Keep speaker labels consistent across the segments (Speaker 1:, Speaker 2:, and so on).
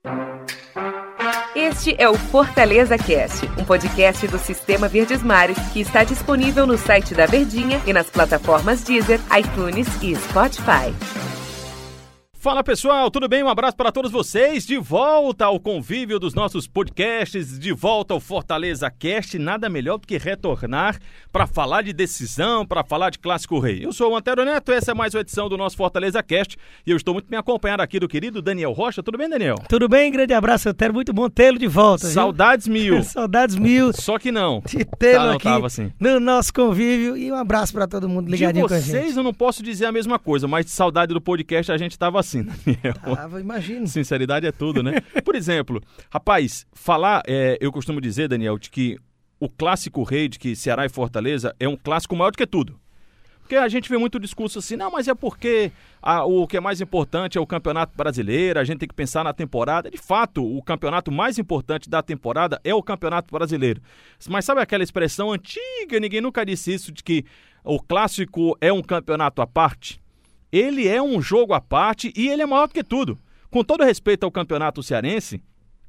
Speaker 1: Este é o Fortaleza Cast, um podcast do Sistema Verdes Mares que está disponível no site da Verdinha e nas plataformas Deezer, iTunes e Spotify.
Speaker 2: Fala pessoal, tudo bem? Um abraço para todos vocês, de volta ao convívio dos nossos podcasts, de volta ao Fortaleza Cast, nada melhor do que retornar para falar de decisão, para falar de Clássico Rei. Eu sou o Antero Neto, essa é mais uma edição do nosso Fortaleza Cast e eu estou muito bem acompanhado aqui do querido Daniel Rocha. Tudo bem, Daniel?
Speaker 3: Tudo bem, grande abraço, Antero, muito bom tê-lo de volta.
Speaker 2: Saudades mil.
Speaker 3: Saudades mil.
Speaker 2: Só que não.
Speaker 3: De tê-lo aqui
Speaker 2: assim.
Speaker 3: No nosso convívio e um abraço para todo mundo ligadinho com a gente.
Speaker 2: De vocês eu não posso dizer a mesma coisa, mas de saudade do podcast a gente tava assim, Daniel.
Speaker 3: Imagino.
Speaker 2: Sinceridade é tudo, né? Por exemplo, rapaz, eu costumo dizer, Daniel, de que o Clássico Rei, de que Ceará e Fortaleza é um clássico maior do que tudo. Porque a gente vê muito discurso assim, não, mas é porque o que é mais importante é o Campeonato Brasileiro, a gente tem que pensar na temporada. De fato, o campeonato mais importante da temporada é o Campeonato Brasileiro. Mas sabe aquela expressão antiga, ninguém nunca disse isso, de que o Clássico é um campeonato à parte? Ele é um jogo à parte e ele é maior do que tudo. Com todo respeito ao campeonato cearense,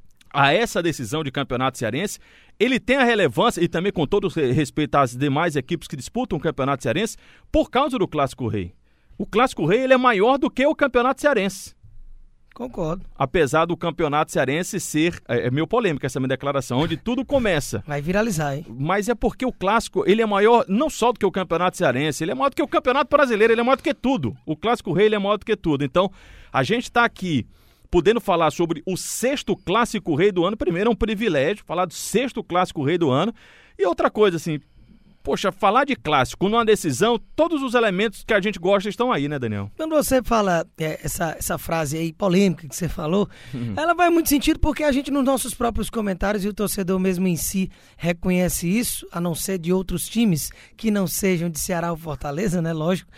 Speaker 2: a essa decisão de campeonato cearense, ele tem a relevância, e também com todo respeito às demais equipes que disputam o campeonato cearense, por causa do Clássico Rei. O Clássico Rei ele é maior do que o campeonato cearense.
Speaker 3: Concordo.
Speaker 2: Apesar do campeonato cearense ser, é meio polêmica essa minha declaração, onde tudo começa.
Speaker 3: Vai viralizar, hein?
Speaker 2: Mas é porque o Clássico, ele é maior não só do que o campeonato cearense, ele é maior do que o campeonato brasileiro, ele é maior do que tudo. O Clássico Rei, ele é maior do que tudo. Então, a gente está aqui podendo falar sobre o 6º Clássico Rei do ano. Primeiro, é um privilégio falar do 6º Clássico Rei do ano. E outra coisa, assim, poxa, falar de clássico numa decisão, todos os elementos que a gente gosta estão aí, né, Daniel?
Speaker 3: Quando você fala essa frase aí polêmica que você falou, ela vai muito sentido porque a gente nos nossos próprios comentários e o torcedor mesmo em si reconhece isso, a não ser de outros times que não sejam de Ceará ou Fortaleza, né, lógico.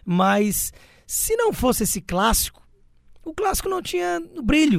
Speaker 3: Mas se não fosse esse clássico, o clássico não tinha brilho.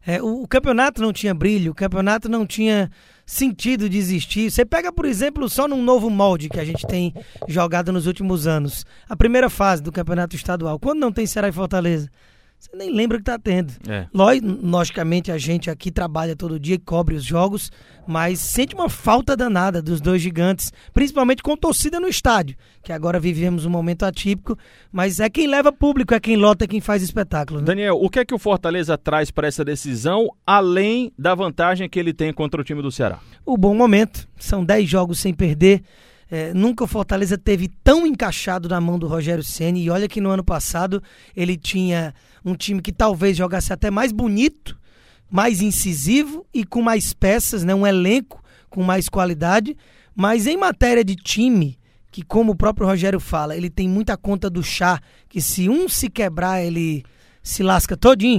Speaker 3: O campeonato não tinha brilho, o campeonato não tinha sentido de existir. Você pega, por exemplo, só num novo molde que a gente tem jogado nos últimos anos. A primeira fase do campeonato estadual, quando não tem Ceará e Fortaleza, você nem lembra que tá tendo. Logicamente, a gente aqui trabalha todo dia e cobre os jogos, mas sente uma falta danada dos dois gigantes, principalmente com torcida no estádio, que agora vivemos um momento atípico, mas é quem leva público, é quem lota, é quem faz espetáculo. Né?
Speaker 2: Daniel, o que é que o Fortaleza traz para essa decisão, além da vantagem que ele tem contra o time do Ceará?
Speaker 3: O bom momento, são 10 jogos sem perder. Nunca o Fortaleza teve tão encaixado na mão do Rogério Ceni, e olha que no ano passado ele tinha um time que talvez jogasse até mais bonito, mais incisivo e com mais peças, né? Um elenco com mais qualidade, mas em matéria de time, que como o próprio Rogério fala, ele tem muita conta do chá, que se um se quebrar ele se lasca todinho,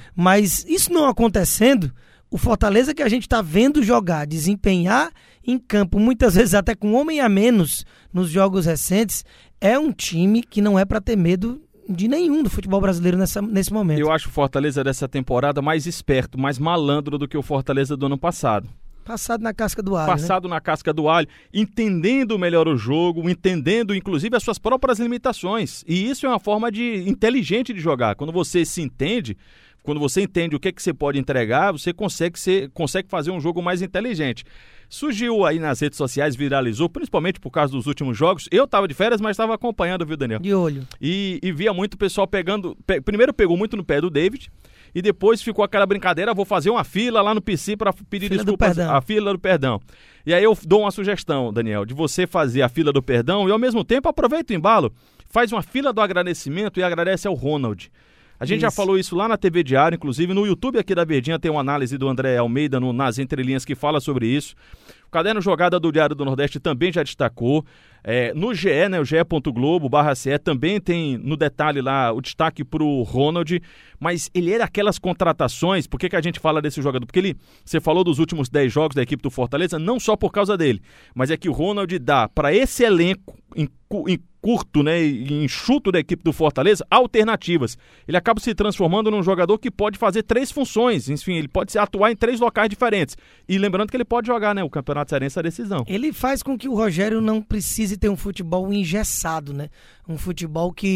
Speaker 3: mas isso não acontecendo, o Fortaleza que a gente está vendo jogar, desempenhar em campo, muitas vezes até com homem a menos nos jogos recentes, é um time que não é para ter medo de nenhum do futebol brasileiro nesse momento.
Speaker 2: Eu acho o Fortaleza dessa temporada mais esperto, mais malandro do que o Fortaleza do ano passado.
Speaker 3: Passado na casca do alho.
Speaker 2: Passado, né? Na casca do alho, entendendo melhor o jogo, entendendo inclusive as suas próprias limitações. E isso é uma forma inteligente de jogar. Quando você se entende, quando você entende o que você pode entregar, você consegue fazer um jogo mais inteligente. Surgiu aí nas redes sociais, viralizou, principalmente por causa dos últimos jogos. Eu estava de férias, mas estava acompanhando, viu, Daniel?
Speaker 3: De olho.
Speaker 2: E via muito o pessoal pegando... Primeiro pegou muito no pé do David, e depois ficou aquela brincadeira, vou fazer uma fila lá no PC para pedir desculpas. A fila do perdão. E aí eu dou uma sugestão, Daniel, de você fazer a fila do perdão e ao mesmo tempo aproveita o embalo, faz uma fila do agradecimento e agradece ao Ronald. A gente já falou isso lá na TV Diário, inclusive no YouTube aqui da Verdinha tem uma análise do André Almeida nas entrelinhas que fala sobre isso. O Caderno Jogada do Diário do Nordeste também já destacou. No GE, né, o ge.globo/CE também tem no detalhe lá o destaque pro Ronald, mas ele era aquelas contratações. Por que a gente fala desse jogador? Porque você falou dos últimos 10 jogos da equipe do Fortaleza, não só por causa dele, mas é que o Ronald dá para esse elenco em curto, né, e enxuto da equipe do Fortaleza, alternativas. Ele acaba se transformando num jogador que pode fazer 3 funções, enfim, ele pode atuar em 3 locais diferentes. E lembrando que ele pode jogar, né, o Campeonato Cearense, a decisão.
Speaker 3: Ele faz com que o Rogério não precise ter um futebol engessado, né? Um futebol que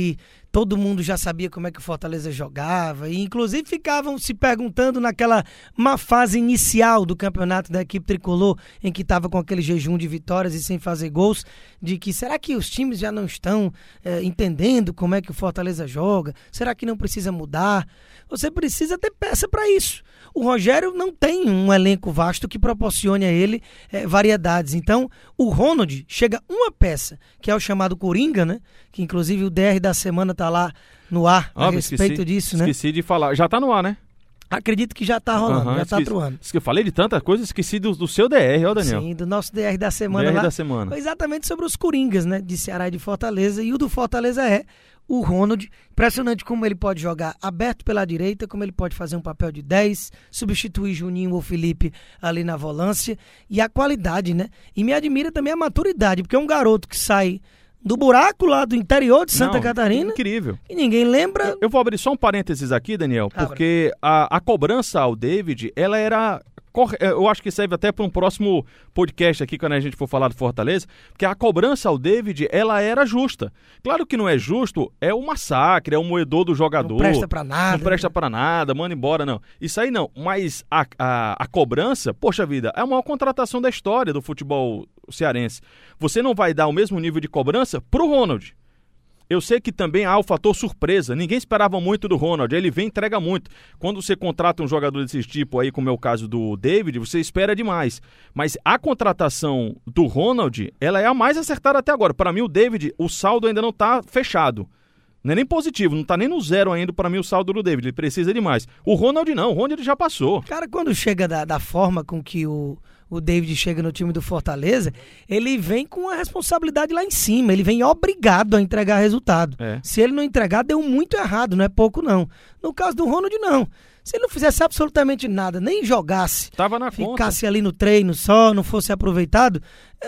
Speaker 3: todo mundo já sabia como é que o Fortaleza jogava, e inclusive ficavam se perguntando naquela má fase inicial do campeonato da equipe tricolor, em que estava com aquele jejum de vitórias e sem fazer gols, de que será que os times já não estão entendendo como é que o Fortaleza joga? Será que não precisa mudar? Você precisa ter peça para isso. O Rogério não tem um elenco vasto que proporcione a ele variedades. Então, o Ronald chega uma peça, que é o chamado Coringa, né? Que inclusive o DR da semana tá lá no ar a respeito disso, né?
Speaker 2: Esqueci de falar. Já tá no ar, né?
Speaker 3: Acredito que já tá rolando, já tá atuando.
Speaker 2: Eu falei de tanta coisa, esqueci do seu DR, ó, Daniel.
Speaker 3: Sim, do nosso DR da semana
Speaker 2: DR
Speaker 3: lá.
Speaker 2: Da semana.
Speaker 3: Foi exatamente sobre os Coringas, né? De Ceará e de Fortaleza. E o do Fortaleza é o Ronald. Impressionante como ele pode jogar aberto pela direita, como ele pode fazer um papel de 10, substituir Juninho ou Felipe ali na volância. E a qualidade, né? E me admira também a maturidade, porque é um garoto que sai do buraco lá do interior de Santa Catarina.
Speaker 2: Incrível.
Speaker 3: E ninguém lembra.
Speaker 2: Eu vou abrir só um parênteses aqui, Daniel, porque a cobrança ao David, ela era... Eu acho que serve até para um próximo podcast aqui, quando a gente for falar do Fortaleza, porque a cobrança ao David, ela era justa. Claro que não é justo, é o massacre, é o moedor do jogador.
Speaker 3: Não presta para nada.
Speaker 2: Não presta para nada, manda embora, não. Isso aí não. Mas a cobrança, poxa vida, é a maior contratação da história do futebol cearense. Você não vai dar o mesmo nível de cobrança pro Ronald. Eu sei que também há o fator surpresa. Ninguém esperava muito do Ronald. Ele vem e entrega muito. Quando você contrata um jogador desse tipo aí, como é o caso do David, você espera demais. Mas a contratação do Ronald, ela é a mais acertada até agora. Para mim, o David, o saldo ainda não está fechado. Não é nem positivo, não está nem no zero ainda para mim o saldo do David. Ele precisa de mais. O Ronald não, o Ronald já passou.
Speaker 3: Cara, quando chega da forma com que o David chega no time do Fortaleza, ele vem com a responsabilidade lá em cima, ele vem obrigado a entregar resultado. Se ele não entregar, deu muito errado, não é pouco não. No caso do Ronald, não. Se ele não fizesse absolutamente nada, nem jogasse, ficasse ali no treino só, não fosse aproveitado,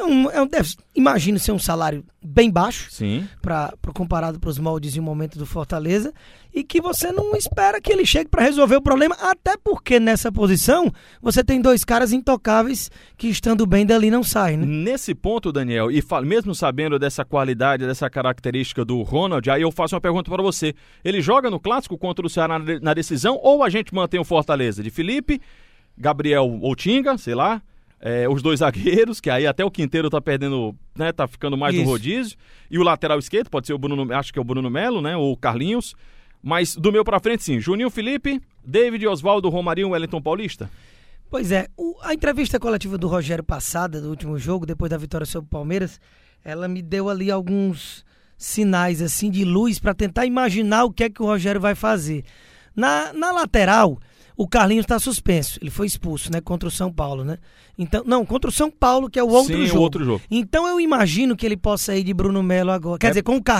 Speaker 3: imagino ser um salário bem baixo, comparado para os moldes e o momento do Fortaleza, e que você não espera que ele chegue para resolver o problema, até porque nessa posição você tem dois caras intocáveis que, estando bem dali, não saem, né?
Speaker 2: Nesse ponto, Daniel, e mesmo sabendo dessa qualidade, dessa característica do Ronald, aí eu faço uma pergunta para você. Ele joga no Clássico contra o Ceará na decisão, ou a gente mantém o Fortaleza de Felipe, Gabriel ou Tinga, sei lá, os dois zagueiros, que aí até o Quinteiro tá perdendo, né, tá ficando mais no rodízio, e o lateral esquerdo, pode ser o Bruno, acho que é o Bruno Melo, né, ou o Carlinhos, mas do meu pra frente sim, Juninho Felipe, David, Oswaldo, Romarinho, Wellington Paulista.
Speaker 3: Pois é, a entrevista coletiva do Rogério passada, do último jogo, depois da vitória sobre o Palmeiras, ela me deu ali alguns sinais assim de luz para tentar imaginar o que é que o Rogério vai fazer. Na lateral, o Carlinhos está suspenso. Ele foi expulso, né? Contra o São Paulo, né? Então, não, contra o São Paulo, que é o outro jogo.
Speaker 2: O outro jogo.
Speaker 3: Então eu imagino que ele possa ir de Bruno Melo agora. Quer dizer, com o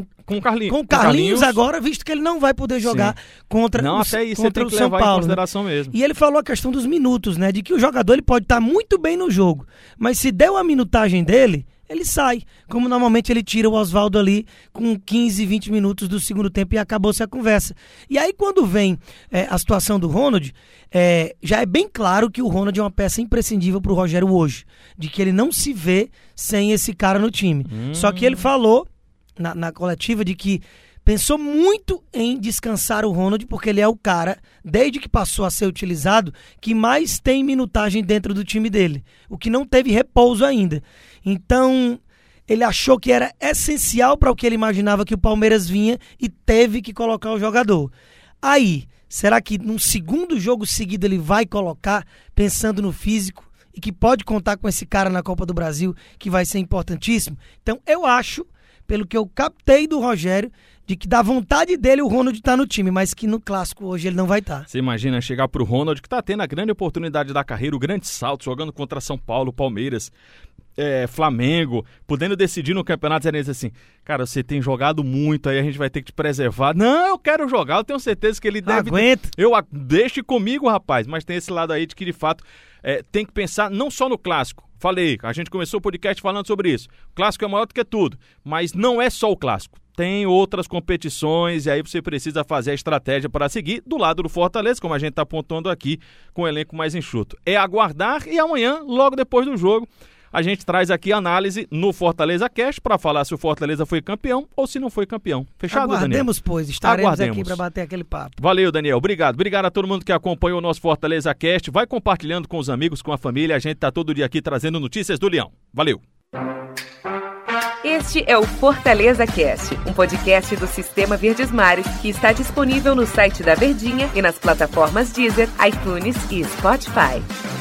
Speaker 3: Carlinhos agora, visto que ele não vai poder jogar contra
Speaker 2: o São Paulo. Não, até isso você tem que levar em consideração mesmo.
Speaker 3: E ele falou a questão dos minutos, né? De que o jogador ele pode estar muito bem no jogo, mas se der a minutagem dele, ele sai, como normalmente ele tira o Oswaldo ali com 15, 20 minutos do segundo tempo e acabou-se a conversa. E aí quando vem a situação do Ronald, já é bem claro que o Ronald é uma peça imprescindível para o Rogério hoje, de que ele não se vê sem esse cara no time. Só que ele falou na coletiva de que pensou muito em descansar o Ronald, porque ele é o cara, desde que passou a ser utilizado, que mais tem minutagem dentro do time dele, o que não teve repouso ainda. Então, ele achou que era essencial para o que ele imaginava que o Palmeiras vinha e teve que colocar o jogador. Aí, será que num segundo jogo seguido ele vai colocar, pensando no físico, e que pode contar com esse cara na Copa do Brasil, que vai ser importantíssimo? Então, eu acho, pelo que eu captei do Rogério, de que da vontade dele o Ronald tá no time, mas que no Clássico hoje ele não vai estar.
Speaker 2: Você imagina chegar pro Ronald, que tá tendo a grande oportunidade da carreira, o grande salto, jogando contra São Paulo, Palmeiras, Flamengo, podendo decidir no Campeonato Cearense assim, cara, você tem jogado muito, aí a gente vai ter que te preservar. Não, eu quero jogar, eu tenho certeza que ele deve...
Speaker 3: Aguenta.
Speaker 2: Deixe comigo, rapaz, mas tem esse lado aí de que, de fato, tem que pensar não só no Clássico. Falei, a gente começou o podcast falando sobre isso. O Clássico é maior do que tudo, mas não é só o Clássico. Tem outras competições e aí você precisa fazer a estratégia para seguir do lado do Fortaleza, como a gente está apontando aqui, com o elenco mais enxuto. É aguardar e amanhã, logo depois do jogo, a gente traz aqui análise no Fortaleza Cast para falar se o Fortaleza foi campeão ou se não foi campeão. Fechado, Daniel?
Speaker 3: Aguardemos, pois. Estaremos aqui para bater aquele papo.
Speaker 2: Valeu, Daniel. Obrigado. Obrigado a todo mundo que acompanhou o nosso Fortaleza Cast. Vai compartilhando com os amigos, com a família. A gente tá todo dia aqui trazendo notícias do Leão. Valeu.
Speaker 1: Este é o Fortaleza Cast, um podcast do Sistema Verdes Mares que está disponível no site da Verdinha e nas plataformas Deezer, iTunes e Spotify.